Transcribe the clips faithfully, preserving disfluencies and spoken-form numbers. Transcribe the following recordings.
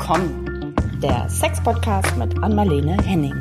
willkommen. Der Sex-Podcast mit Anmalene Henning.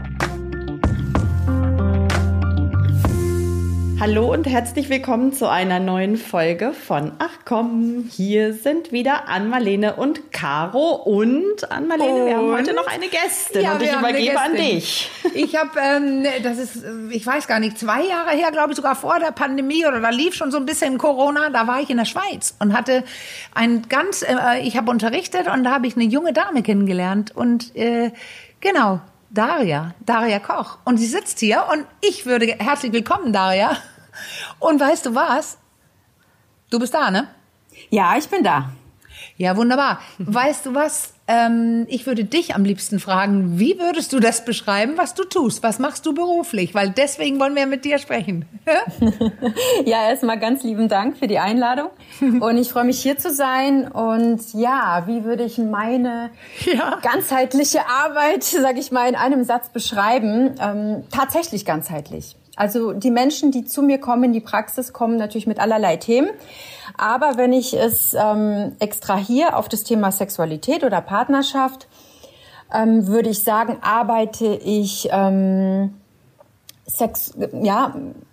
Hallo und herzlich willkommen zu einer neuen Folge von Ach komm, hier sind wieder Anmalene und Caro. Und Anmalene, und? wir haben heute noch eine Gästin ja, und ich übergebe an dich. Ich habe, ähm, das ist, ich weiß gar nicht, zwei Jahre her, glaube ich, sogar vor der Pandemie oder da lief schon so ein bisschen Corona, da war ich in der Schweiz und hatte ein ganz, äh, ich habe unterrichtet und da habe ich eine junge Dame kennengelernt und äh, genau, Daria, Daria Koch. Und sie sitzt hier und ich würde, herzlich willkommen, Daria. Und weißt du was? Du bist da, ne? Ja, ich bin da. Ja, wunderbar. Weißt du was? Ähm, ich würde dich am liebsten fragen, wie würdest du das beschreiben, was du tust? Was machst du beruflich? Weil deswegen wollen wir mit dir sprechen. Ja, erstmal ganz lieben Dank für die Einladung. Und ich freue mich, hier zu sein. Und ja, wie würde ich meine ja. ganzheitliche Arbeit, sage ich mal, in einem Satz beschreiben? Ähm, tatsächlich ganzheitlich. Also die Menschen, die zu mir kommen in die Praxis, kommen natürlich mit allerlei Themen. Aber wenn ich es ähm, extrahiere auf das Thema Sexualität oder Partnerschaft, ähm, würde ich sagen, arbeite ich ähm, Sex, ja,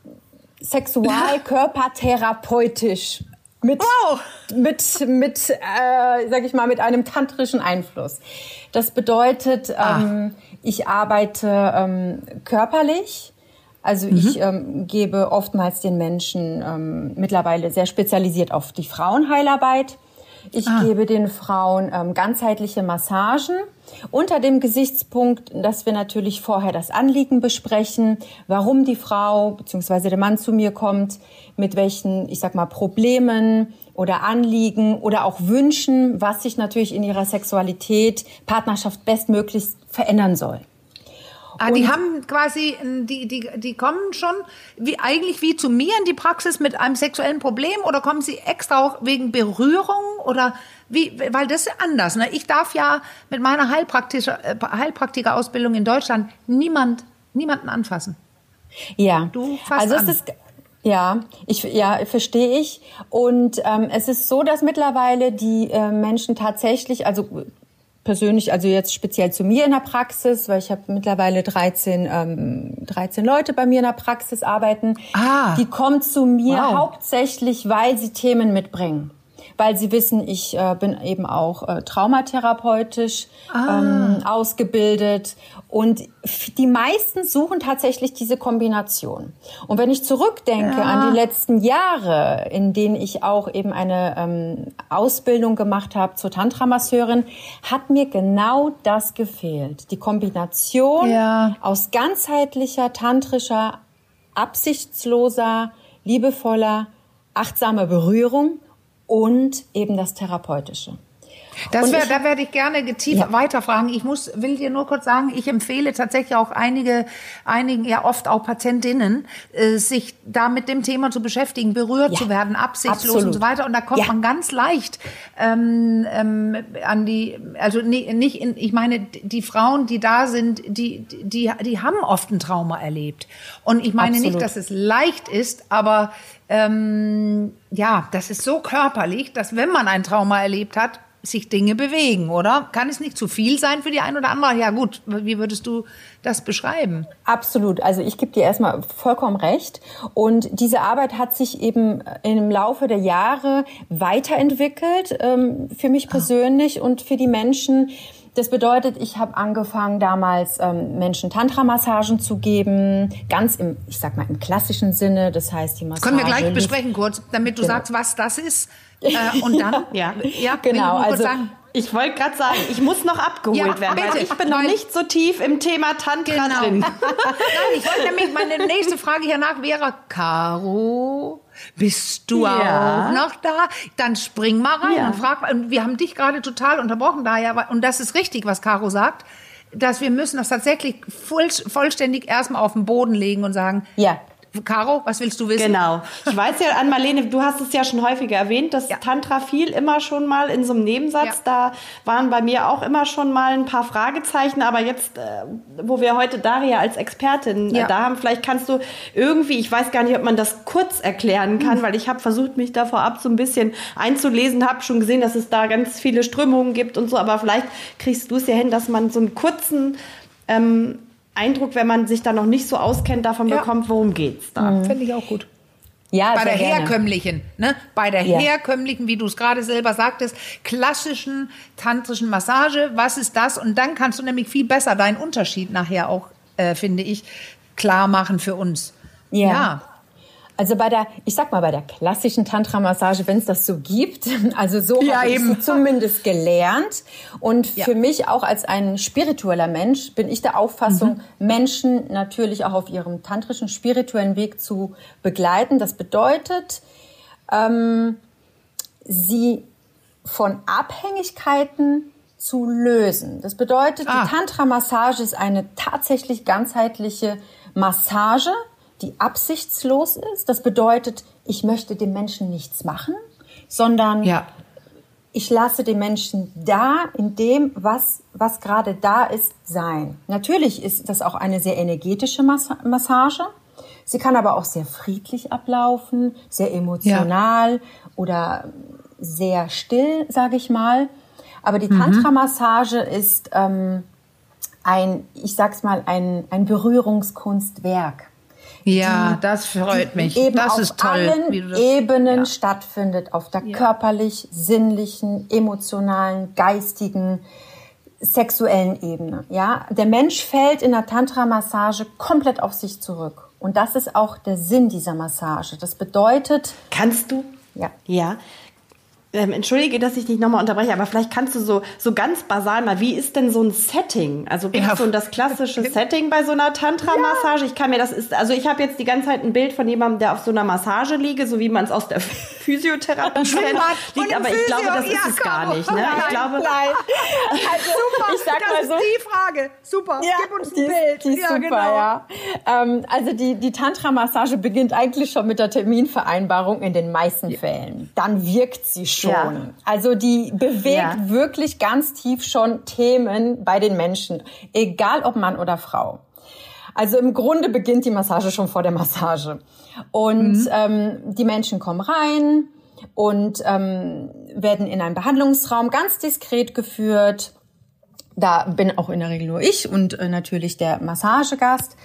sexual-körpertherapeutisch mit, wow. mit, mit, äh, sag ich mal, mit einem tantrischen Einfluss. Das bedeutet, ähm, ich arbeite ähm, körperlich. Also mhm. ich ähm, gebe oftmals den Menschen ähm, mittlerweile sehr spezialisiert auf die Frauenheilarbeit. Ich ah. gebe den Frauen ähm, ganzheitliche Massagen unter dem Gesichtspunkt, dass wir natürlich vorher das Anliegen besprechen, warum die Frau bzw. der Mann zu mir kommt, mit welchen, ich sag mal, Problemen oder Anliegen oder auch Wünschen, was sich natürlich in ihrer Sexualität, Partnerschaft bestmöglichst verändern soll. Ah, die haben quasi, die, die, die kommen schon wie, eigentlich wie zu mir in die Praxis mit einem sexuellen Problem oder kommen sie extra auch wegen Berührung oder wie, weil das ist anders, ne? Ich darf ja mit meiner Heilpraktiker, Heilpraktikerausbildung in Deutschland niemand, niemanden anfassen. Ja. Du fasst also an. Es ist, ja, ich, ja, verstehe ich. Und, ähm, es ist so, dass mittlerweile die äh, Menschen tatsächlich, also, persönlich, also jetzt speziell zu mir in der Praxis, weil ich habe mittlerweile dreizehn, ähm, dreizehn Leute bei mir in der Praxis arbeiten. Ah. Die kommen zu mir Wow. hauptsächlich, weil sie Themen mitbringen. Weil sie wissen, ich äh, bin eben auch äh, traumatherapeutisch ah. ähm, ausgebildet. Und die meisten suchen tatsächlich diese Kombination. Und wenn ich zurückdenke ja. an die letzten Jahre, in denen ich auch eben eine ähm, Ausbildung gemacht habe zur Tantra-Masseurin, hat mir genau das gefehlt. Die Kombination ja. aus ganzheitlicher, tantrischer, absichtsloser, liebevoller, achtsamer Berührung und eben das Therapeutische. Das wär, da werde ich gerne tief ja. weiterfragen. Ich muss, will dir nur kurz sagen, ich empfehle tatsächlich auch einige, einigen, ja oft auch Patientinnen, äh, sich da mit dem Thema zu beschäftigen, berührt ja. zu werden, absichtslos Absolut. Und so weiter. Und da kommt ja. man ganz leicht ähm, ähm, an die, also nicht, nicht in, ich meine, die Frauen, die da sind, die, die, die haben oft ein Trauma erlebt. Und ich meine Absolut. Nicht, dass es leicht ist, aber ähm, ja, das ist so körperlich, dass wenn man ein Trauma erlebt hat, sich Dinge bewegen, oder? Kann es nicht zu viel sein für die ein oder andere? Ja gut, wie würdest du das beschreiben? Absolut. Also ich gebe dir erstmal vollkommen recht. Und diese Arbeit hat sich eben im Laufe der Jahre weiterentwickelt, ähm, für mich persönlich ah. und für die Menschen. Das bedeutet, ich habe angefangen damals ähm, Menschen Tantra-Massagen zu geben, ganz im, ich sag mal im klassischen Sinne. Das heißt, die Massage. Können wir gleich besprechen kurz, damit du genau. sagst, was das ist. Äh, und dann, ja, ja genau. Also sagen. Ich wollte gerade sagen, ich muss noch abgeholt ja, werden, bitte. Weil ich bin noch nicht so tief im Thema Tantra genau. drin. Nein, ich wollte nämlich, meine nächste Frage hier nach wäre, Caro, bist du ja. auch noch da? Dann spring mal rein ja. und frag mal. Und wir haben dich gerade total unterbrochen da, ja, und das ist richtig, was Caro sagt, dass wir müssen das tatsächlich voll, vollständig erstmal auf den Boden legen und sagen, ja. Caro, was willst du wissen? Genau. Ich weiß ja, Ann-Marlene, du hast es ja schon häufiger erwähnt, dass ja. Tantra fiel immer schon mal in so einem Nebensatz. Ja. Da waren bei mir auch immer schon mal ein paar Fragezeichen. Aber jetzt, äh, wo wir heute Daria als Expertin ja. äh, da haben, vielleicht kannst du irgendwie, ich weiß gar nicht, ob man das kurz erklären kann, mhm. weil ich habe versucht, mich da vorab so ein bisschen einzulesen, habe schon gesehen, dass es da ganz viele Strömungen gibt und so. Aber vielleicht kriegst du es ja hin, dass man so einen kurzen ähm, Eindruck, wenn man sich da noch nicht so auskennt, davon ja. bekommt, worum geht's da. Mhm. Finde ich auch gut. Ja, bei der gerne. herkömmlichen, ne? Bei der ja. herkömmlichen, wie du es gerade selber sagtest, klassischen tantrischen Massage, was ist das? Und dann kannst du nämlich viel besser deinen Unterschied nachher auch, äh, finde ich, klar machen für uns. Ja. ja. Also bei der, ich sag mal, bei der klassischen Tantra-Massage, wenn es das so gibt, also so ja, habe ich eben. es zumindest gelernt. Und ja. für mich auch als ein spiritueller Mensch bin ich der Auffassung, mhm. Menschen natürlich auch auf ihrem tantrischen, spirituellen Weg zu begleiten. Das bedeutet, ähm, sie von Abhängigkeiten zu lösen. Das bedeutet, ah. die Tantra-Massage ist eine tatsächlich ganzheitliche Massage, die absichtslos ist. Das bedeutet, ich möchte dem Menschen nichts machen, sondern ja. ich lasse den Menschen da in dem, was, was gerade da ist, sein. Natürlich ist das auch eine sehr energetische Massage. Sie kann aber auch sehr friedlich ablaufen, sehr emotional ja. oder sehr still, sage ich mal. Aber die mhm. Tantra-Massage ist ähm, ein, ich sag's mal, ein, ein Berührungskunstwerk. Ja, das freut mich. Eben das auf ist toll, allen wie du das, Ebenen ja. stattfindet. Auf der ja. körperlich, sinnlichen, emotionalen, geistigen, sexuellen Ebene. Ja, der Mensch fällt in der Tantra-Massage komplett auf sich zurück. Und das ist auch der Sinn dieser Massage. Das bedeutet... Kannst du? Ja. Ja. Ähm, entschuldige, dass ich dich nochmal unterbreche, aber vielleicht kannst du so, so ganz basal mal, wie ist denn so ein Setting? Also wie ja. ist so das klassische Setting bei so einer Tantra-Massage? Ja. Ich kann mir das ist, also ich habe jetzt die ganze Zeit ein Bild von jemandem, der auf so einer Massage liege, so wie man es aus der Physiotherapie kennt, liegt, aber ich glaube, das ja, ist es gar nicht. Ne? Nein, ich glaube, nein. Also, super, ich sag das mal so, ist die Frage. Super, ja, gib uns ein die, Bild. Die ist ja, super, genau. ja. Ähm, also die, die Tantra-Massage beginnt eigentlich schon mit der Terminvereinbarung in den meisten ja. Fällen. Dann wirkt sie schon. Ja. Also Also die bewegt ja. wirklich ganz tief schon Themen bei den Menschen, egal ob Mann oder Frau. Also im Grunde beginnt die Massage schon vor der Massage. Und mhm. ähm, die Menschen kommen rein und ähm, werden in einen Behandlungsraum ganz diskret geführt. Da bin auch in der Regel nur ich und äh, natürlich der Massagegast.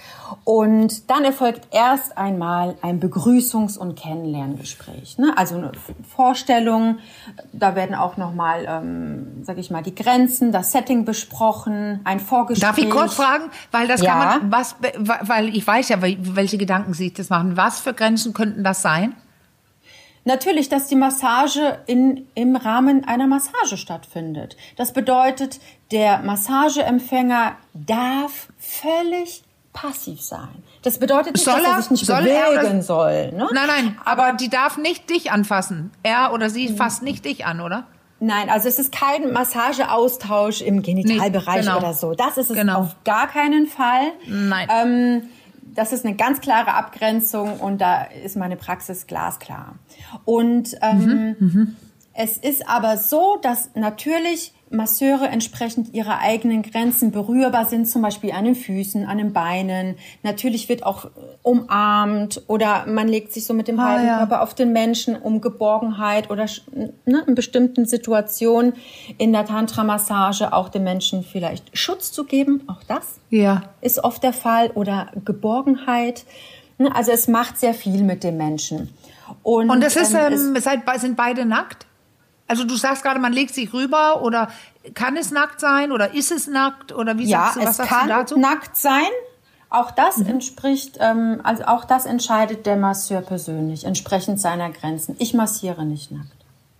Und dann erfolgt erst einmal ein Begrüßungs- und Kennenlerngespräch. Ne? Also eine Vorstellung, da werden auch nochmal, ähm, sag ich mal, die Grenzen, das Setting besprochen, ein Vorgespräch. Darf ich kurz fragen? Weil das ja. kann man, was, weil ich weiß ja, welche Gedanken sich das machen. Was für Grenzen könnten das sein? Natürlich, dass die Massage in, im Rahmen einer Massage stattfindet. Das bedeutet, der Massageempfänger darf völlig passiv sein. Das bedeutet nicht, soll dass er er, sich nicht soll bewegen er, soll. Ne? Nein, nein, aber die darf nicht dich anfassen. Er oder sie fasst nicht dich an, oder? Nein, also es ist kein Massageaustausch im Genitalbereich nee, genau. oder so. Das ist es genau. auf gar keinen Fall. Nein. Ähm, Das ist eine ganz klare Abgrenzung und da ist meine Praxis glasklar. Und ähm, mhm, es ist aber so, dass natürlich Masseure entsprechend ihrer eigenen Grenzen berührbar sind, zum Beispiel an den Füßen, an den Beinen. Natürlich wird auch umarmt oder man legt sich so mit dem ah, halben ja. Körper auf den Menschen, um Geborgenheit oder ne, in bestimmten Situationen in der Tantra-Massage auch dem Menschen vielleicht Schutz zu geben. Auch das ja. ist oft der Fall oder Geborgenheit. Also es macht sehr viel mit dem Menschen. Und, Und das ist, ähm, ähm, es sind beide nackt? Also du sagst gerade, man legt sich rüber oder kann es nackt sein oder ist es nackt oder wie ja, sagst du, was es sagst kann du dazu? nackt sein. Auch das mhm. entspricht, ähm, also auch das entscheidet der Masseur persönlich, entsprechend seiner Grenzen. Ich massiere nicht nackt.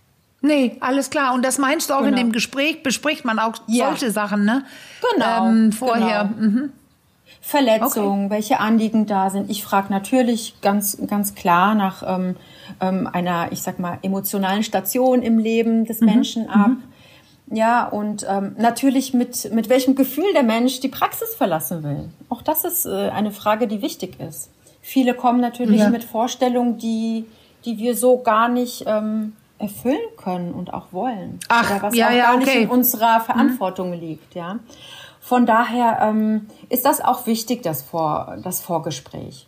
Nee, alles klar. Und das meinst du auch genau. in dem Gespräch, bespricht man auch ja. solche Sachen, ne? Genau. Ähm, vorher. Genau. Mhm. Verletzungen, okay. welche Anliegen da sind. Ich frage natürlich ganz, ganz klar nach ähm, ähm, einer, ich sag mal, emotionalen Station im Leben des mhm. Menschen ab. Mhm. Ja, und ähm, natürlich mit, mit welchem Gefühl der Mensch die Praxis verlassen will. Auch das ist äh, eine Frage, die wichtig ist. Viele kommen natürlich Ja. mit Vorstellungen, die, die wir so gar nicht ähm, erfüllen können und auch wollen. Ach, oder was ja, auch ja, gar okay. nicht in unserer Verantwortung mhm. liegt. Ja. Von daher ähm, ist das auch wichtig, das, Vor, das Vorgespräch.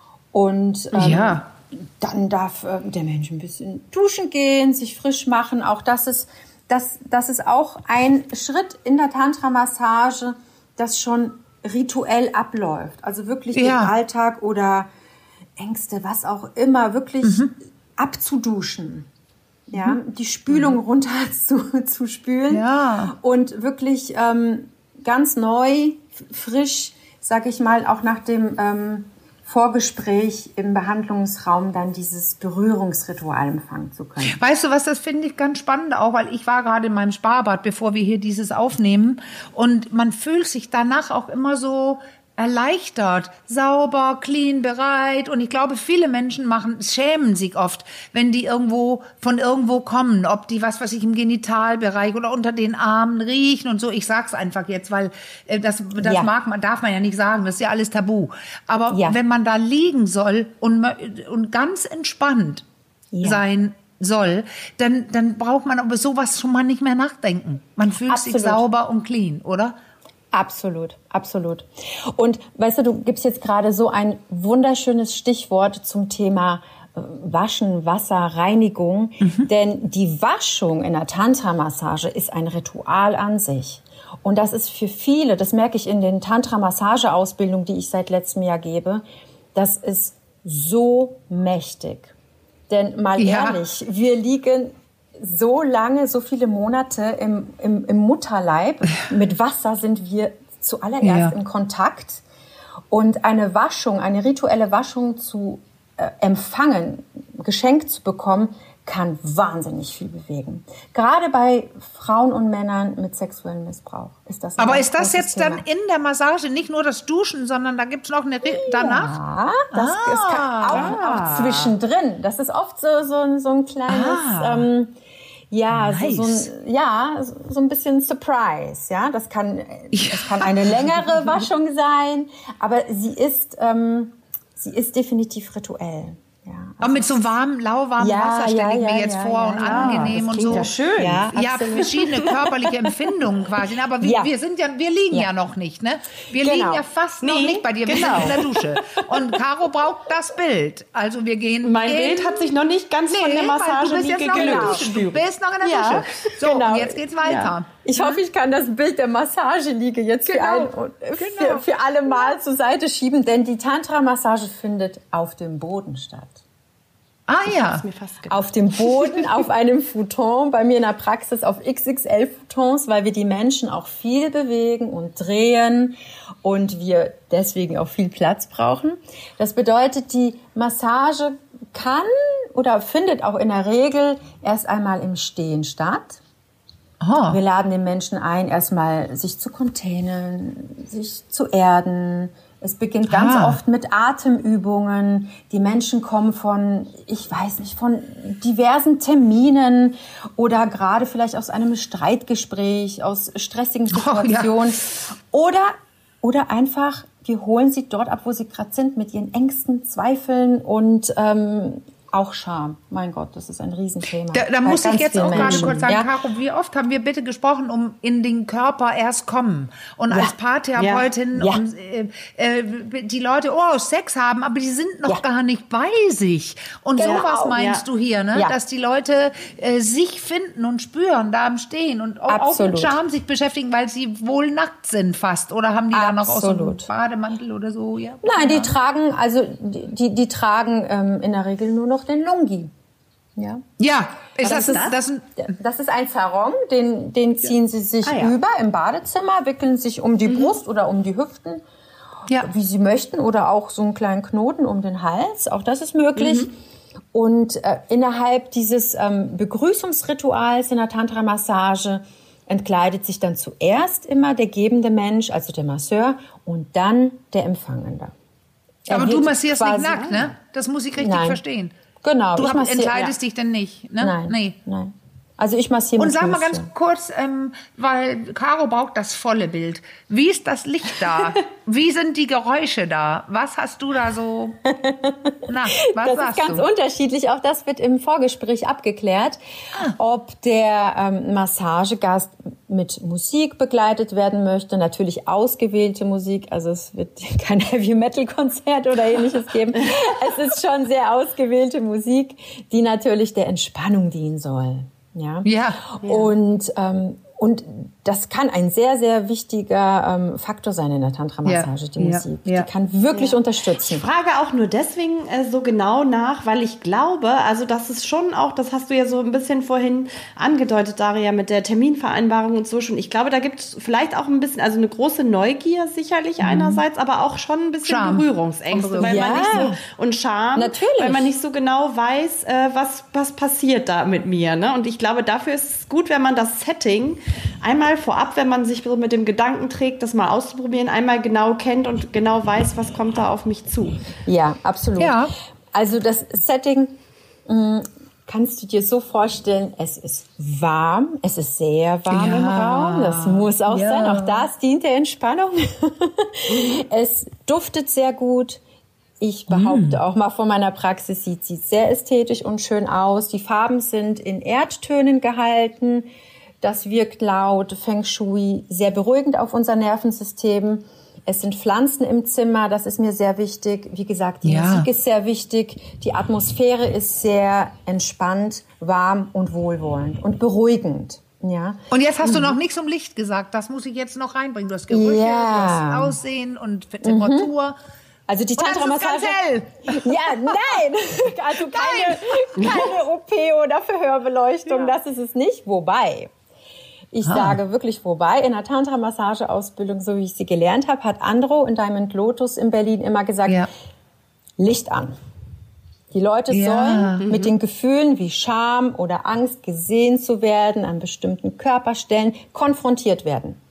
Und ähm, ja. dann darf äh, der Mensch ein bisschen duschen gehen, sich frisch machen. Auch das ist, das, das ist auch ein Schritt in der Tantra-Massage, das schon rituell abläuft. Also wirklich Ja. den Alltag oder Ängste, was auch immer, wirklich mhm. abzuduschen. Ja, mhm. die Spülung mhm. runter zu, zu spülen. Ja. Und wirklich ähm, ganz neu, frisch, sag ich mal, auch nach dem ähm, Vorgespräch im Behandlungsraum dann dieses Berührungsritual empfangen zu können. Weißt du was, das finde ich ganz spannend auch, weil ich war gerade in meinem Sparbad, bevor wir hier dieses aufnehmen, und man fühlt sich danach auch immer so erleichtert, sauber, clean, bereit. Und ich glaube, viele Menschen machen, schämen sich oft, wenn die irgendwo von irgendwo kommen, ob die was, was ich im Genitalbereich oder unter den Armen riechen und so. Ich sag's einfach jetzt, weil äh, das, das ja. mag man, darf man ja nicht sagen. Das ist ja alles tabu. Aber ja. wenn man da liegen soll und, und ganz entspannt ja. sein soll, dann, dann braucht man über sowas schon mal nicht mehr nachdenken. Man fühlt Absolut. sich sauber und clean, oder? Absolut, absolut. Und weißt du, du gibst jetzt gerade so ein wunderschönes Stichwort zum Thema Waschen, Wasser, Reinigung. Mhm. Denn die Waschung in der Tantra-Massage ist ein Ritual an sich. Und das ist für viele, das merke ich in den Tantra-Massage-Ausbildungen, die ich seit letztem Jahr gebe, das ist so mächtig. Denn mal ja. ehrlich, wir liegen so lange, so viele Monate im, im, im Mutterleib. Mit Wasser sind wir zuallererst ja. in Kontakt. Und eine Waschung, eine rituelle Waschung zu äh, empfangen, geschenkt zu bekommen, kann wahnsinnig viel bewegen. Gerade bei Frauen und Männern mit sexuellem Missbrauch ist das ein Aber ist das jetzt Thema. Dann in der Massage nicht nur das Duschen, sondern da gibt's noch eine Re- danach? Ja, das ah, ist auch, ah. auch zwischendrin. Das ist oft so, so, so ein kleines... Ah. Ähm, Ja, nice. so, so ein, ja, so ein bisschen Surprise, ja. Das kann, ja. das kann eine längere Waschung sein, aber sie ist, ähm, sie ist definitiv rituell. Ja, also aber mit so warmem, lauwarmem ja, Wasser stelle ich ja, mir ja, jetzt ja, vor ja, und ja, angenehm das und klingt so. ja schön. Ja, ja, absolut. verschiedene körperliche Empfindungen quasi. Aber wir, Ja. wir sind ja, wir liegen ja, Ja. noch nicht, ne? Wir Genau. liegen ja fast noch Nee, nicht bei dir. Wir genau. sind in der Dusche. Und Caro braucht das Bild. Also wir gehen. Mein in, Bild hat sich noch nicht ganz von der Nee, weil du bist jetzt Massageliege noch in der gelöst. Dusche. Du bist noch in der Ja. Dusche. So, Genau. und jetzt geht's weiter. Ja. Ich hoffe, ich kann das Bild der Massageliege jetzt Genau. für, ein, Genau. für, für alle Mal zur Seite schieben, denn die Tantra-Massage findet auf dem Boden statt. Ah ja. Ist mir fast gedacht. Auf dem Boden, auf einem Futon, bei mir in der Praxis auf X X L Futons, weil wir die Menschen auch viel bewegen und drehen und wir deswegen auch viel Platz brauchen. Das bedeutet, die Massage kann oder findet auch in der Regel erst einmal im Stehen statt. Oh. Wir laden den Menschen ein, erstmal sich zu containen, sich zu erden. Es beginnt ganz Ah. oft mit Atemübungen. Die Menschen kommen von, ich weiß nicht, von diversen Terminen oder gerade vielleicht aus einem Streitgespräch, aus stressigen Situationen. Oh, Oder, oder einfach, wir holen sie dort ab, wo sie gerade sind, mit ihren Ängsten, Zweifeln und ähm, auch Scham. Mein Gott, das ist ein Riesenthema. Da, da bei muss ich ganz jetzt vielen auch gerade Menschen. kurz sagen, Ja? Caro, wie oft haben wir bitte gesprochen, um in den Körper erst kommen? Und als Paartherapeutin Ja. und äh, äh, die Leute, oh, Sex haben, aber die sind noch Ja. gar nicht bei sich. Und Genau. sowas meinst Ja. du hier, ne? Ja. Dass die Leute äh, sich finden und spüren, da am Stehen und auch, auch mit Absolut. Scham sich beschäftigen, weil sie wohl nackt sind fast. Oder haben die da noch aus so einem Absolut. Bademantel oder so? Ja. Nein, die tragen, also die, die, die tragen ähm, in der Regel nur noch den Lungi. Ja. Ja, ist Das das, ist- das, ein, Das ist ein Sarong, den, den ziehen sie sich Ah, ja. über im Badezimmer, wickeln sich um die Brust oder um die Hüften, ja. wie sie möchten, oder auch so einen kleinen Knoten um den Hals. Auch das ist möglich. Und äh, innerhalb dieses ähm, Begrüßungsrituals in der Tantra-Massage entkleidet sich dann zuerst immer der gebende Mensch, also der Masseur, und dann der Empfangende. Er Aber du wird massierst quasi- nicht nackt, ne? Das muss ich richtig Nein. verstehen. Genau. Du ich hab- massiere- entscheidest dich denn nicht, ne? Nein, Nee. nein. Also ich massiere Und mit sag mal Füßchen. ganz kurz, ähm, weil Caro braucht das volle Bild. Wie ist das Licht da? Wie sind die Geräusche da? Was hast du da so? Na, was das sagst ist ganz du? unterschiedlich. Auch das wird im Vorgespräch abgeklärt, ah. ob der ähm, Massagegast mit Musik begleitet werden möchte. Natürlich ausgewählte Musik. Also es wird kein Heavy-Metal-Konzert oder ähnliches geben. Es ist schon sehr ausgewählte Musik, die natürlich der Entspannung dienen soll. Ja. Ja. Und, ähm, und das kann ein sehr, sehr wichtiger ähm, Faktor sein in der Tantra-Massage, ja. die Musik. Ja. Die kann wirklich ja. unterstützen. Ich frage auch nur deswegen äh, so genau nach, weil ich glaube, also das ist schon auch, das hast du ja so ein bisschen vorhin angedeutet, Daria, mit der Terminvereinbarung und so schon. Ich glaube, da gibt es vielleicht auch ein bisschen, also eine große Neugier sicherlich mhm. einerseits, aber auch schon ein bisschen Scham. Berührungsängste, weil ja. man nicht so, und Scham, Natürlich. weil man nicht so genau weiß, äh, was, was passiert da mit mir. Ne? Und ich glaube, dafür ist es gut, wenn man das Setting einmal vorab, wenn man sich so mit dem Gedanken trägt, das mal auszuprobieren, einmal genau kennt und genau weiß, was kommt da auf mich zu. Ja, absolut. Ja. Also das Setting mh, kannst du dir so vorstellen, es ist warm, es ist sehr warm ja. im Raum, das muss auch ja. sein, auch das dient der Entspannung. Es duftet sehr gut. Ich behaupte mm. auch mal von meiner Praxis, sieht sie sehr ästhetisch und schön aus. Die Farben sind in Erdtönen gehalten. Das wirkt laut Feng Shui sehr beruhigend auf unser Nervensystem. Es sind Pflanzen im Zimmer, das ist mir sehr wichtig. Wie gesagt, die ja. Musik ist sehr wichtig. Die Atmosphäre ist sehr entspannt, warm und wohlwollend und beruhigend. Ja. Und jetzt hast du noch nichts um Licht gesagt. Das muss ich jetzt noch reinbringen. Du hast Gerüche, Ja. du hast Aussehen und Temperatur. Mhm. Also die Tantra-Massage. Ja, nein. Also keine, keine O P oder Verhörbeleuchtung, ja. das ist es nicht. Wobei, ich ah. sage wirklich wobei, in der Tantra-Massage-Ausbildung, so wie ich sie gelernt habe, hat Andro in Diamond Lotus in Berlin immer gesagt, ja. Licht an. Die Leute ja. sollen mhm. mit den Gefühlen wie Scham oder Angst, gesehen zu werden, an bestimmten Körperstellen konfrontiert werden.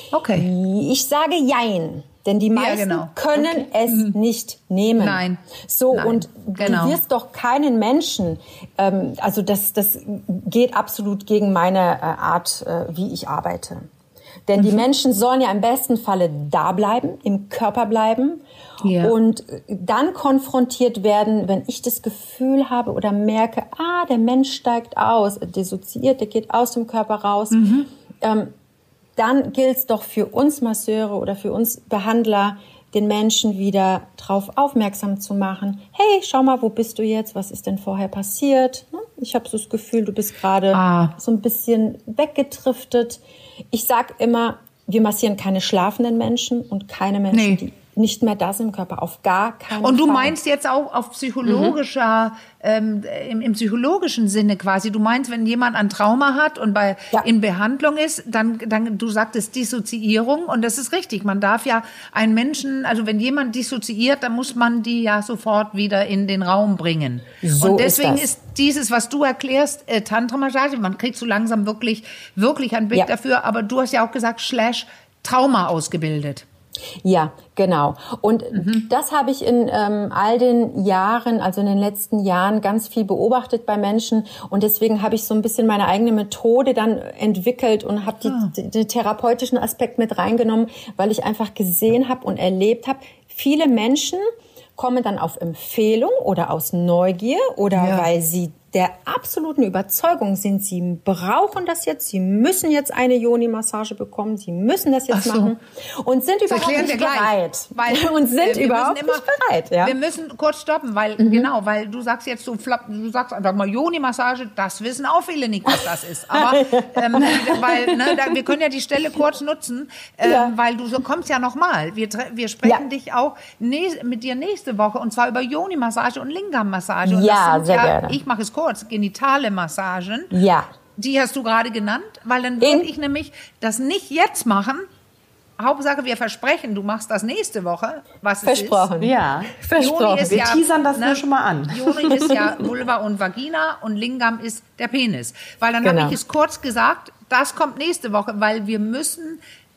Okay. Ich sage Jein. Denn die meisten ja, genau. können okay. es mhm. nicht nehmen. Nein. So, Nein. und genau. du wirst doch keinen Menschen, ähm, also das, das geht absolut gegen meine äh, Art, äh, wie ich arbeite. Denn mhm. die Menschen sollen ja im besten Falle da bleiben, im Körper bleiben ja. und dann konfrontiert werden, wenn ich das Gefühl habe oder merke, ah, der Mensch steigt aus, dissoziiert, der geht aus dem Körper raus, mhm. ähm, dann gilt es doch für uns Masseure oder für uns Behandler, den Menschen wieder drauf aufmerksam zu machen. Hey, schau mal, wo bist du jetzt? Was ist denn vorher passiert? Ich habe so das Gefühl, du bist gerade ah. so ein bisschen weggetriftet. Ich sag immer, wir massieren keine schlafenden Menschen und keine Menschen, nee. die nicht mehr da sind im Körper, auf gar keinen Fall. Und du Fall. meinst jetzt auch auf psychologischer, mhm. ähm, im, im psychologischen Sinne quasi. Du meinst, wenn jemand ein Trauma hat und bei ja. in Behandlung ist, dann, dann, du sagtest Dissoziierung und das ist richtig. Man darf ja einen Menschen, also wenn jemand dissoziiert, dann muss man die ja sofort wieder in den Raum bringen. So und deswegen ist, ist dieses, was du erklärst, äh, Tantra-Massage, man kriegt so langsam wirklich, wirklich ein Bild ja. dafür, aber du hast ja auch gesagt, Slash Trauma ausgebildet. Ja, genau. Und mhm. das habe ich in ähm, all den Jahren, also in den letzten Jahren, ganz viel beobachtet bei Menschen. Und deswegen habe ich so ein bisschen meine eigene Methode dann entwickelt und habe die, ah. den therapeutischen Aspekt mit reingenommen, weil ich einfach gesehen habe und erlebt habe, viele Menschen kommen dann auf Empfehlung oder aus Neugier oder ja. weil sie der absoluten Überzeugung sind, sie brauchen das jetzt, sie müssen jetzt eine Yoni-Massage bekommen, sie müssen das jetzt so. machen und sind überhaupt nicht bereit. Weil, und sind äh, überhaupt immer, nicht bereit. Ja. Wir müssen kurz stoppen, weil mhm. genau, weil du sagst jetzt so, du sagst einfach mal Yoni-Massage, das wissen auch viele nicht, was das ist. Aber ähm, weil ne, da, wir können ja die Stelle kurz nutzen, ähm, ja. weil du so kommst ja nochmal. Wir, wir sprechen ja. dich auch näs, mit dir nächste Woche und zwar über Yoni-Massage und Lingam-Massage. Und ja, das sehr ja, gerne. Ich mache es kurz, genitale Massagen. Ja. Die hast du gerade genannt, weil dann würde ich nämlich das nicht jetzt machen. Hauptsache, wir versprechen, du machst das nächste Woche, was es ist. Versprochen. Ja, versprochen. Wir ja, teasern das ne, nur schon mal an. Yoni ist ja Vulva und Vagina und Lingam ist der Penis. Weil dann genau. habe ich es kurz gesagt, das kommt nächste Woche, weil wir müssen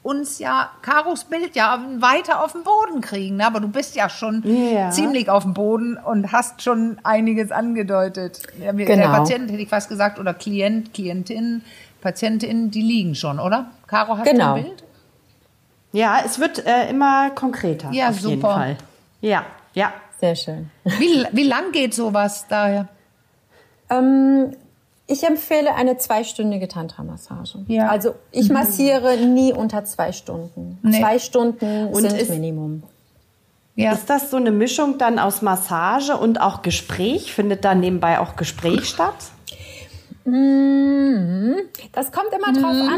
uns ja Karos Bild ja weiter auf den Boden kriegen. Aber du bist ja schon ja. ziemlich auf dem Boden und hast schon einiges angedeutet. Der genau. Patient, hätte ich fast gesagt, oder Klient, Klientin, Patientin, die liegen schon, oder? Caro, hast genau. du ein Bild? Ja, es wird äh, immer konkreter. Ja, auf super. jeden Fall. Ja, ja. Sehr schön. Wie, wie lang geht sowas daher? Ähm, ich empfehle eine zweistündige Tantra-Massage. Ja. Also ich massiere mhm. nie unter zwei Stunden. Nee. Zwei Stunden und sind ist, Minimum. Ja. Ist das so eine Mischung dann aus Massage und auch Gespräch? Findet da nebenbei auch Gespräch statt? Das kommt immer drauf an.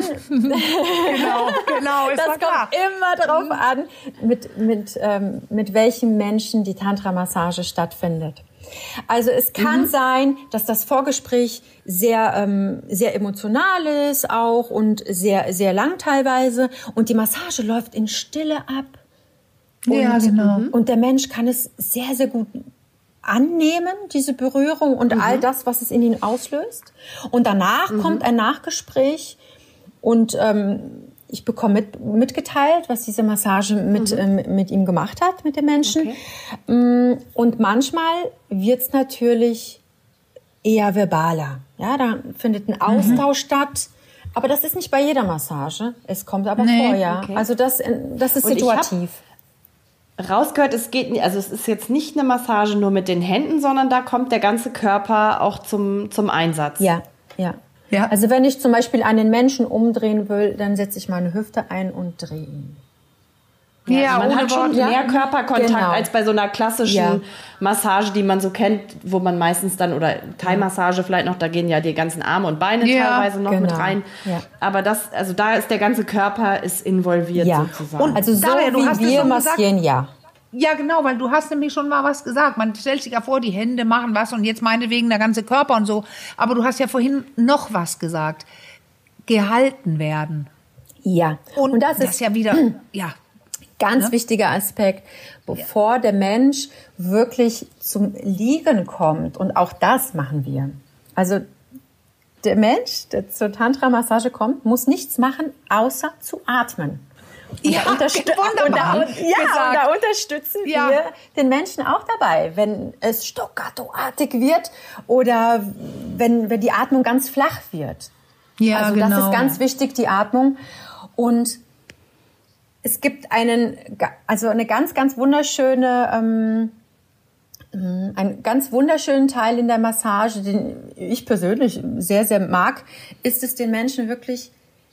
Genau, genau. Ist das kommt klar. immer drauf an, mit, mit, ähm, mit welchen Menschen die Tantra-Massage stattfindet. Also es kann mhm. sein, dass das Vorgespräch sehr, ähm, sehr emotional ist auch und sehr, sehr lang teilweise. Und die Massage läuft in Stille ab. Und, ja, genau. Und der Mensch kann es sehr, sehr gut annehmen, diese Berührung und mhm. all das, was es in ihn auslöst. Und danach mhm. kommt ein Nachgespräch und ähm, ich bekomme mit, mitgeteilt, was diese Massage mit, mhm. ähm, mit ihm gemacht hat, mit dem Menschen. Okay. Und manchmal wird es natürlich eher verbaler. Ja, da findet ein Austausch mhm. statt. Aber das ist nicht bei jeder Massage. Es kommt aber nee, vor, ja. Okay. Also das, das ist situativ. Rausgehört, es geht nicht, also es ist jetzt nicht eine Massage nur mit den Händen, sondern da kommt der ganze Körper auch zum, zum Einsatz. Ja, ja, ja. Also wenn ich zum Beispiel einen Menschen umdrehen will, dann setze ich meine Hüfte ein und drehe ihn. Ja, ja, also man hat schon ja. mehr Körperkontakt genau. als bei so einer klassischen ja. Massage, die man so kennt, wo man meistens dann, oder Thai-Massage vielleicht noch, da gehen ja die ganzen Arme und Beine ja, teilweise noch genau. mit rein. Ja. Aber das, also da ist der ganze Körper ist involviert ja. sozusagen. Und also so Daria, wie wir massieren, ja. Ja, genau, weil du hast nämlich schon mal was gesagt. Man stellt sich ja vor, die Hände machen was und jetzt meinetwegen der ganze Körper und so. Aber du hast ja vorhin noch was gesagt. Gehalten werden. Ja. Und, und das, das ist ja wieder, ja. Ganz ne? wichtiger Aspekt, bevor ja. der Mensch wirklich zum Liegen kommt. Und auch das machen wir. Also der Mensch, der zur Tantra-Massage kommt, muss nichts machen, außer zu atmen. Und ja, da, unterstü- und da, und, ja, und da unterstützen ja. wir den Menschen auch dabei, wenn es staccato-artig wird oder wenn, wenn die Atmung ganz flach wird. Ja, also genau. das ist ganz wichtig, die Atmung. Und es gibt einen, also eine ganz, ganz wunderschöne, ähm, einen ganz wunderschönen Teil in der Massage, den ich persönlich sehr, sehr mag, ist es, den Menschen wirklich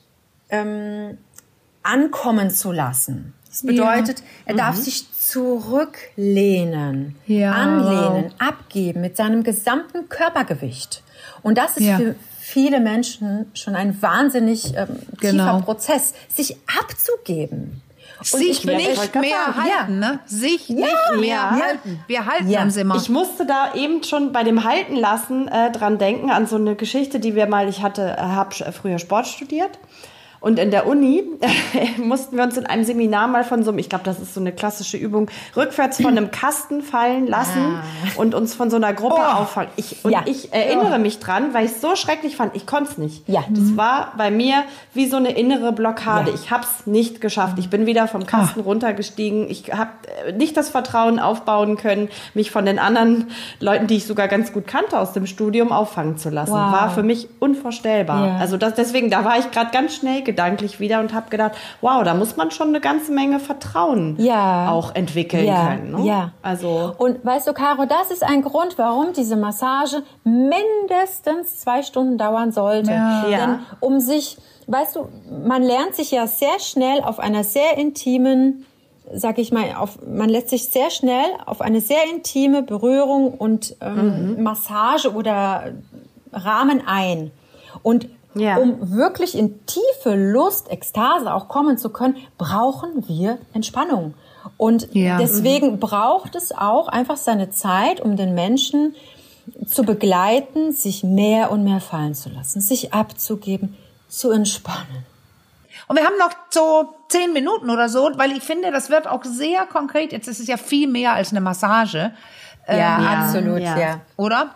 ähm, ankommen zu lassen. Das bedeutet, ja. er darf mhm. sich zurücklehnen, ja. anlehnen, abgeben mit seinem gesamten Körpergewicht. Und das ist ja. für viele Menschen schon ein wahnsinnig ähm, genau. tiefer Prozess, sich abzugeben. Und sich nicht mehr halten, ne? Sich ja. nicht mehr ja. halten. Wir halten ja. uns immer. Ich musste da eben schon bei dem Halten lassen äh, dran denken, an so eine Geschichte, die wir mal, ich hatte, habe früher Sport studiert. Und in der Uni äh, mussten wir uns in einem Seminar mal von so einem, ich glaube, das ist so eine klassische Übung, rückwärts von einem Kasten fallen lassen ah. und uns von so einer Gruppe oh. auffangen. Ich, und ja. ich erinnere mich dran, weil ich es so schrecklich fand, ich konnte es nicht. Ja. Das mhm. war bei mir wie so eine innere Blockade. Ja. Ich habe es nicht geschafft. Ich bin wieder vom Kasten oh. runtergestiegen. Ich habe nicht das Vertrauen aufbauen können, mich von den anderen Leuten, die ich sogar ganz gut kannte aus dem Studium, auffangen zu lassen. Wow. War für mich unvorstellbar. Ja. Also das, deswegen, da war ich gerade ganz schnell gedanklich wieder und habe gedacht, wow, da muss man schon eine ganze Menge Vertrauen ja. auch entwickeln ja. können. Ne? Ja. Also und weißt du, Caro, das ist ein Grund, warum diese Massage mindestens zwei Stunden dauern sollte. Ja. Denn Ja. um sich, weißt du, man lernt sich ja sehr schnell auf einer sehr intimen, sag ich mal, auf, man lässt sich sehr schnell auf eine sehr intime Berührung und ähm, mhm. Massage oder Rahmen ein. Und ja. um wirklich in tiefe Lust, Ekstase auch kommen zu können, brauchen wir Entspannung. Und ja. deswegen mhm. braucht es auch einfach seine Zeit, um den Menschen zu begleiten, sich mehr und mehr fallen zu lassen, sich abzugeben, zu entspannen. Und wir haben noch so zehn Minuten oder so, weil ich finde, das wird auch sehr konkret. Jetzt ist es ja viel mehr als eine Massage. Ja, ähm, absolut, ja. ja. Oder?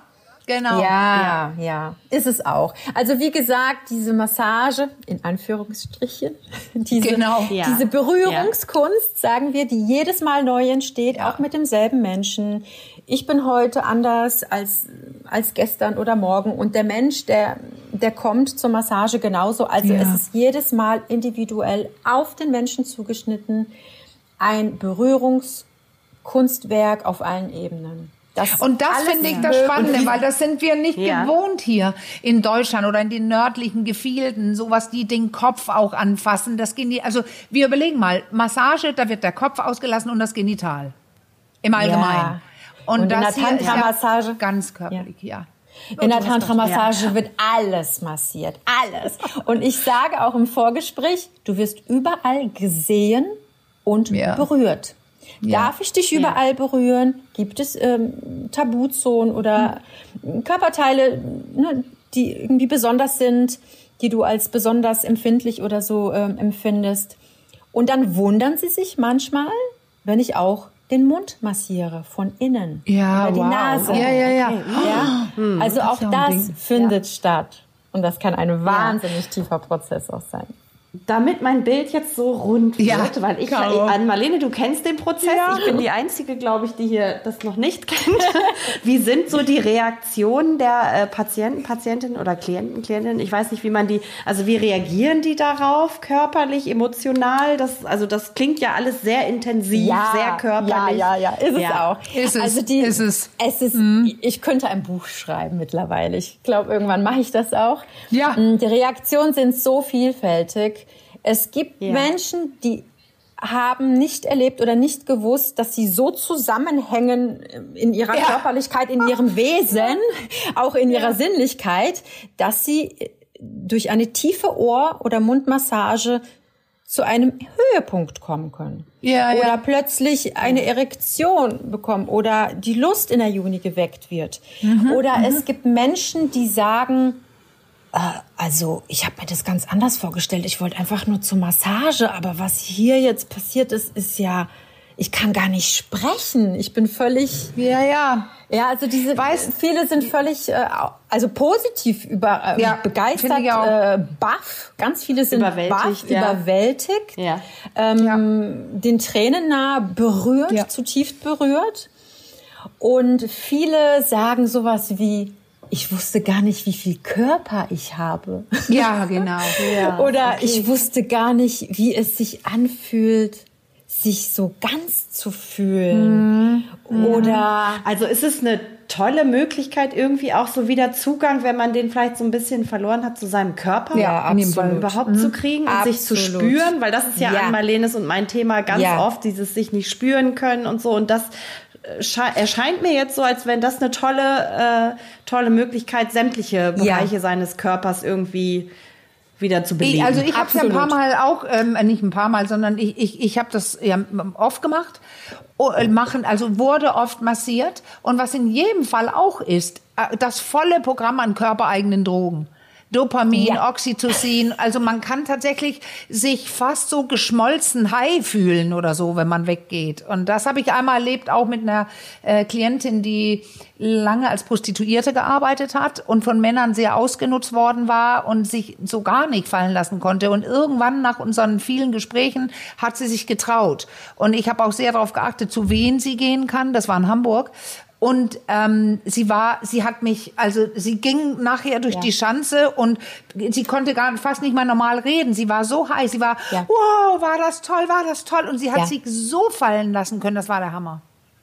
Genau. Ja, ja, ja, ist es auch. Also wie gesagt, diese Massage, in Anführungsstrichen, diese, genau. ja. diese Berührungskunst, sagen wir, die jedes Mal neu entsteht, ja. auch mit demselben Menschen. Ich bin heute anders als, als gestern oder morgen. Und der Mensch, der, der kommt zur Massage genauso. Also ja. es ist jedes Mal individuell auf den Menschen zugeschnitten. Ein Berührungskunstwerk auf allen Ebenen. Das und das finde ich das Spannende, weil das sind wir nicht ja. gewohnt hier in Deutschland oder in den nördlichen Gefilden, sowas, die den Kopf auch anfassen. Das Geni- also wir überlegen mal, Massage, da wird der Kopf ausgelassen und das Genital im Allgemeinen. Ja. Und, und das in der Tantra-Massage ja ganz körperlich, ja. ja. In der Tantra-Massage ja. wird alles massiert, alles. Und ich sage auch im Vorgespräch, du wirst überall gesehen und ja. berührt. Ja. Darf ich dich überall ja. berühren? Gibt es ähm, Tabuzonen oder hm. Körperteile, ne, die irgendwie besonders sind, die du als besonders empfindlich oder so ähm, empfindest? Und dann wundern sie sich manchmal, wenn ich auch den Mund massiere von innen ja, oder die wow. Nase. Ja, ja, ja. Okay. ja? Hm. Also das auch das Ding. findet ja. statt. Und das kann ein wahnsinnig ja. tiefer Prozess auch sein. Damit mein Bild jetzt so rund wird, ja, weil ich, an Marlene, du kennst den Prozess, ja. ich bin die Einzige, glaube ich, die hier das noch nicht kennt. Wie sind so die Reaktionen der äh, Patienten, Patientinnen oder Klienten, Klientinnen? Ich weiß nicht, wie man die, also wie reagieren die darauf, körperlich, emotional? Das, also das klingt ja alles sehr intensiv, ja, sehr körperlich. Ja, ja, ja, ist ja. es auch. Ist es, also die, ist es. Es ist, mhm. ich könnte ein Buch schreiben mittlerweile. Ich glaube, irgendwann mache ich das auch. Ja. Die Reaktionen sind so vielfältig. Es gibt ja. Menschen, die haben nicht erlebt oder nicht gewusst, dass sie so zusammenhängen in ihrer ja. Körperlichkeit, in ihrem Wesen, auch in ihrer ja. Sinnlichkeit, dass sie durch eine tiefe Ohr- oder Mundmassage zu einem Höhepunkt kommen können. Ja, oder ja. plötzlich eine Erektion bekommen oder die Lust in der Juni geweckt wird. Mhm. Oder mhm. es gibt Menschen, die sagen, also ich habe mir das ganz anders vorgestellt. Ich wollte einfach nur zur Massage, aber was hier jetzt passiert ist, ist ja, ich kann gar nicht sprechen. Ich bin völlig... Ja, ja. Ja, also diese, weißt, viele sind völlig, äh, also positiv über, äh, ja, begeistert, äh, baff. Ganz viele sind baff, ja. überwältigt, ja. Ähm, ja. den Tränen nah berührt, ja. zutiefst berührt. Und viele sagen sowas wie, ich wusste gar nicht, wie viel Körper ich habe. Ja, genau. Ja, Oder okay. ich wusste gar nicht, wie es sich anfühlt, sich so ganz zu fühlen. Mhm. Oder also ist es eine tolle Möglichkeit, irgendwie auch so wieder Zugang, wenn man den vielleicht so ein bisschen verloren hat, zu seinem Körper ja, absolut. überhaupt mhm. zu kriegen und absolut. sich zu spüren, weil das ist ja, ja. an Marlenes und mein Thema ganz ja. oft, dieses sich nicht spüren können und so, und das erscheint mir jetzt so, als wenn das eine tolle, äh, tolle Möglichkeit, sämtliche Bereiche ja. seines Körpers irgendwie wieder zu beleben. Also ich habe es ja ein paar Mal auch, ähm, nicht ein paar Mal, sondern ich, ich, ich habe das ja oft gemacht, machen, also wurde oft massiert. Und was in jedem Fall auch ist, das volle Programm an körpereigenen Drogen. Dopamin, ja. Oxytocin, also man kann tatsächlich sich fast so geschmolzen high fühlen oder so, wenn man weggeht. Und das habe ich einmal erlebt, auch mit einer äh, Klientin, die lange als Prostituierte gearbeitet hat und von Männern sehr ausgenutzt worden war und sich so gar nicht fallen lassen konnte. Und irgendwann nach unseren vielen Gesprächen hat sie sich getraut. Und ich habe auch sehr darauf geachtet, zu wen sie gehen kann. Das war in Hamburg. Und ähm, sie war, sie hat mich, also sie ging nachher durch ja. die Schanze und sie konnte gar fast nicht mehr normal reden. Sie war so heiß, sie war, ja. wow, war das toll, war das toll. Und sie hat ja. sich so fallen lassen können, das war der Hammer.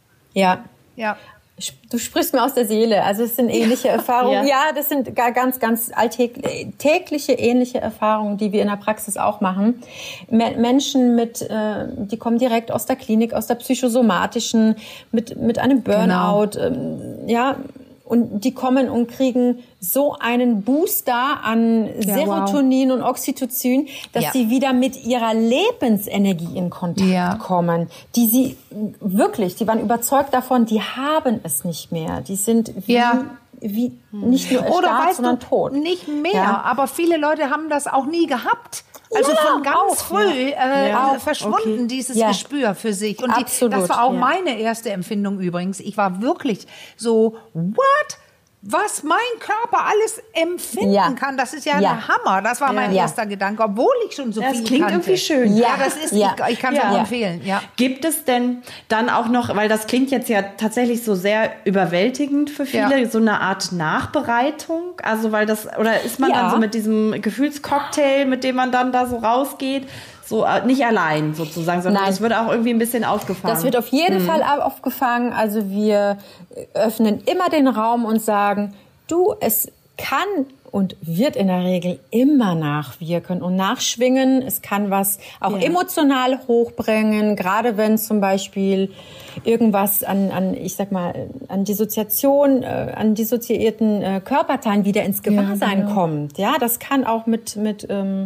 Ja. Ja. Du sprichst mir aus der Seele. Also es sind ähnliche ja. Erfahrungen. Ja. ja, das sind ganz, ganz alltägliche, ähnliche Erfahrungen, die wir in der Praxis auch machen. Menschen mit, die kommen direkt aus der Klinik, aus der psychosomatischen, mit mit einem Burnout, genau. ja. Und die kommen und kriegen so einen Booster an ja, Serotonin wow. und Oxytocin, dass ja. sie wieder mit ihrer Lebensenergie in Kontakt ja. kommen. Die sie wirklich, die waren überzeugt davon, die haben es nicht mehr. Die sind wie, ja. wie nicht nur erstarrt, sondern du, tot. Nicht mehr, ja. aber viele Leute haben das auch nie gehabt. Also ja, von ganz auch, früh ja. äh, ja. verschwunden, okay. dieses ja. Gespür für sich. Und die, Absolut, das war auch ja. meine erste Empfindung übrigens. Ich war wirklich so, what? was mein Körper alles empfinden ja. kann, das ist ja, ja. ein Hammer. Das war ja. mein ja. erster Gedanke, obwohl ich schon so das viel Das klingt kannte. irgendwie schön. Ja, ja das ist, ja. ich, ich kann es ja. auch empfehlen. Ja. Gibt es denn dann auch noch, weil das klingt jetzt ja tatsächlich so sehr überwältigend für viele, ja. so eine Art Nachbereitung? Also weil das, oder ist man ja. dann so mit diesem Gefühlscocktail, mit dem man dann da so rausgeht, so nicht allein sozusagen, sondern Nein. das wird auch irgendwie ein bisschen aufgefangen. Das wird auf jeden mhm. Fall aufgefangen. Also wir öffnen immer den Raum und sagen, du, es kann und wird in der Regel immer nachwirken und nachschwingen. Es kann was auch ja. emotional hochbringen, gerade wenn zum Beispiel irgendwas an, an ich sag mal, an Dissoziation, äh, an dissoziierten äh, Körperteilen wieder ins Gewahrsein ja, genau. kommt. Ja, das kann auch mit mit ähm,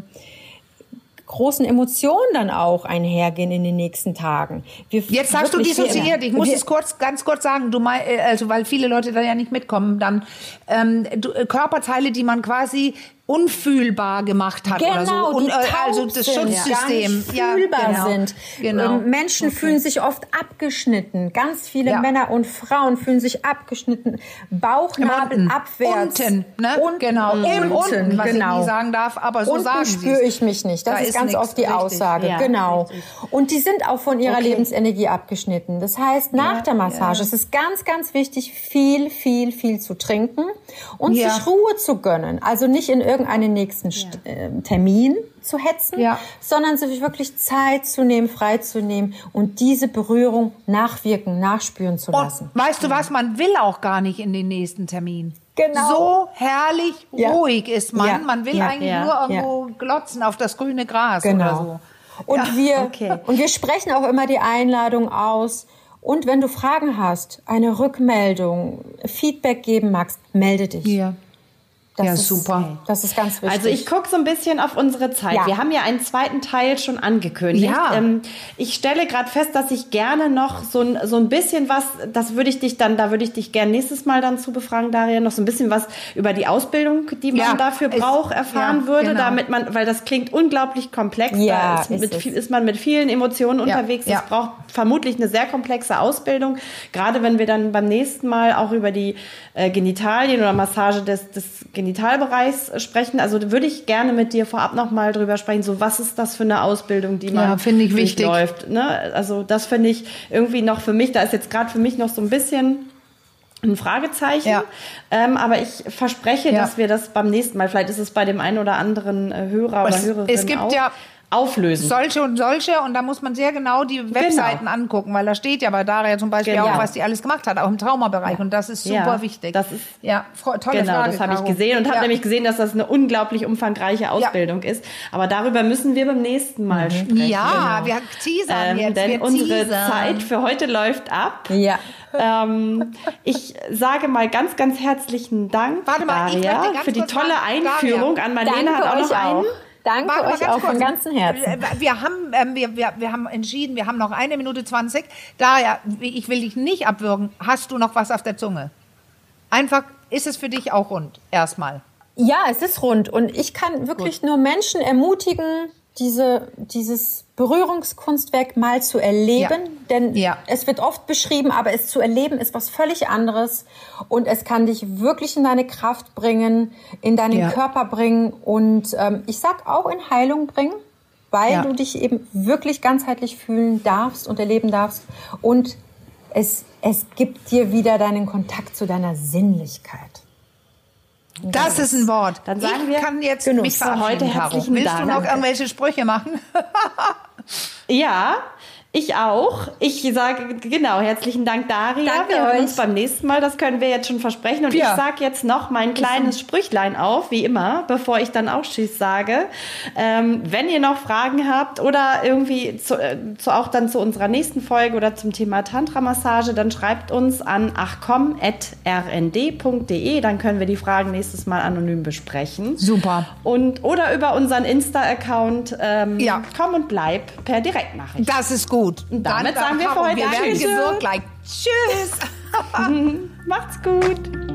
großen Emotionen dann auch einhergehen in den nächsten Tagen. Wir Jetzt sagst du dissoziiert. Ich muss es kurz, ganz kurz sagen, du mein, also weil viele Leute da ja nicht mitkommen, dann ähm, du, Körperteile, die man quasi unfühlbar gemacht hat genau, oder so. Und, die äh, also das sind, Schutzsystem. Ja, fühlbar genau. sind. Genau. Menschen okay. fühlen sich oft abgeschnitten. Ganz viele ja. Männer und Frauen fühlen sich abgeschnitten. Bauchnabel unten. abwärts. Unten, ne? Unten. Genau. Im Unten, was genau. ich nie sagen darf, aber so unten sagen sie. spüre ich mich nicht. Das da ist, ist ganz nix. oft die Richtig. Aussage. Ja, genau. richtig. Und die sind auch von ihrer okay. Lebensenergie abgeschnitten. Das heißt, nach ja, der Massage ja. es ist ganz, ganz wichtig, viel, viel, viel zu trinken und ja. sich Ruhe zu gönnen. Also nicht in irgendeinen nächsten ja. Termin zu hetzen, ja. sondern sich wirklich Zeit zu nehmen, frei zu nehmen und diese Berührung nachwirken, nachspüren zu lassen. Und weißt du was, man will auch gar nicht in den nächsten Termin. Genau. So herrlich ja. ruhig ist man. Ja. Man will ja. eigentlich ja. nur irgendwo ja. glotzen auf das grüne Gras genau. oder so. Und, ja. wir, okay. und wir sprechen auch immer die Einladung aus. Und wenn du Fragen hast, eine Rückmeldung, Feedback geben magst, melde dich. Ja. Das ja, ist, super. Das ist ganz wichtig. Also ich gucke so ein bisschen auf unsere Zeit. Ja. Wir haben ja einen zweiten Teil schon angekündigt. Ja. Ähm, ich stelle gerade fest, dass ich gerne noch so ein, so ein bisschen was, das würde ich dich dann, da würde ich dich gerne nächstes Mal dann zu befragen, Daria, noch so ein bisschen was über die Ausbildung, die man ja, dafür ist, braucht, erfahren ja, würde, genau. damit man, weil das klingt unglaublich komplex. Ja, da ist, ist, mit viel, ist man mit vielen Emotionen ja, unterwegs. Es ja. braucht vermutlich eine sehr komplexe Ausbildung. Gerade wenn wir dann beim nächsten Mal auch über die äh, Genitalien oder Massage des, des Genitalbereichs sprechen. Also würde ich gerne mit dir vorab noch mal drüber sprechen, so was ist das für eine Ausbildung, die man ja, finde ich wichtig. Läuft. Ne? Also das finde ich irgendwie noch für mich, da ist jetzt gerade für mich noch so ein bisschen ein Fragezeichen. Ja. Ähm, aber ich verspreche, ja. dass wir das beim nächsten Mal, vielleicht ist es bei dem einen oder anderen äh, Hörer oder es, Hörerin es gibt auch, ja auflösen. Solche und solche und da muss man sehr genau die Webseiten genau. angucken, weil da steht ja bei Daria zum Beispiel genau. auch, was die alles gemacht hat, auch im Traumabereich und das ist super ja, wichtig. Das ist ja, tolle genau, Frage. Das habe ich gesehen und habe ja. nämlich gesehen, dass das eine unglaublich umfangreiche Ausbildung ja. ist. Aber darüber müssen wir beim nächsten Mal mhm. sprechen. Ja, genau. wir teasern ähm, jetzt. Denn wir unsere teasern. Zeit für heute läuft ab. Ja. Ähm, ich sage mal ganz, ganz herzlichen Dank, Warte mal, Daria, ich möchte ganz für die kurz tolle sagen, Einführung. Daria. An Marlene Danke hat auch noch euch einen. Auch. Danke Warte, euch auch von ganzem Herzen. Wir haben, ähm, wir, wir, wir haben entschieden, wir haben noch eine Minute zwanzig. Daria, ich will dich nicht abwürgen. Hast du noch was auf der Zunge? Einfach, ist es für dich auch rund? Erstmal. Ja, es ist rund. Und ich kann wirklich Gut. nur Menschen ermutigen, diese, dieses Berührungskunstwerk mal zu erleben. Ja. Denn ja. es wird oft beschrieben, aber es zu erleben ist was völlig anderes. Und es kann dich wirklich in deine Kraft bringen, in deinen ja. Körper bringen und ähm, ich sag auch in Heilung bringen, weil ja. du dich eben wirklich ganzheitlich fühlen darfst und erleben darfst. Und es, es gibt dir wieder deinen Kontakt zu deiner Sinnlichkeit. Das ist ein Wort. Dann sagen ich wir, kann jetzt Genuss. mich verabschieden, Heute herzlichen Willst Dank. du noch irgendwelche Sprüche machen? Ja, ich auch. Ich sage, genau, herzlichen Dank, Daria. Danke wir hören euch. uns beim nächsten Mal, das können wir jetzt schon versprechen. Und ja. ich sage jetzt noch mein kleines Sprüchlein auf, wie immer, bevor ich dann auch Tschüss sage. Ähm, wenn ihr noch Fragen habt oder irgendwie zu, äh, zu, auch dann zu unserer nächsten Folge oder zum Thema Tantra-Massage, dann schreibt uns an achcom at r n d punkt d e. Dann können wir die Fragen nächstes Mal anonym besprechen. Super. Und, oder über unseren Insta-Account ähm, ja. komm und bleib per Direktnachricht. Das ist gut. Und damit dann, sagen wir für heute wir werden Tschüss. gewirkt, like, tschüss. Macht's gut.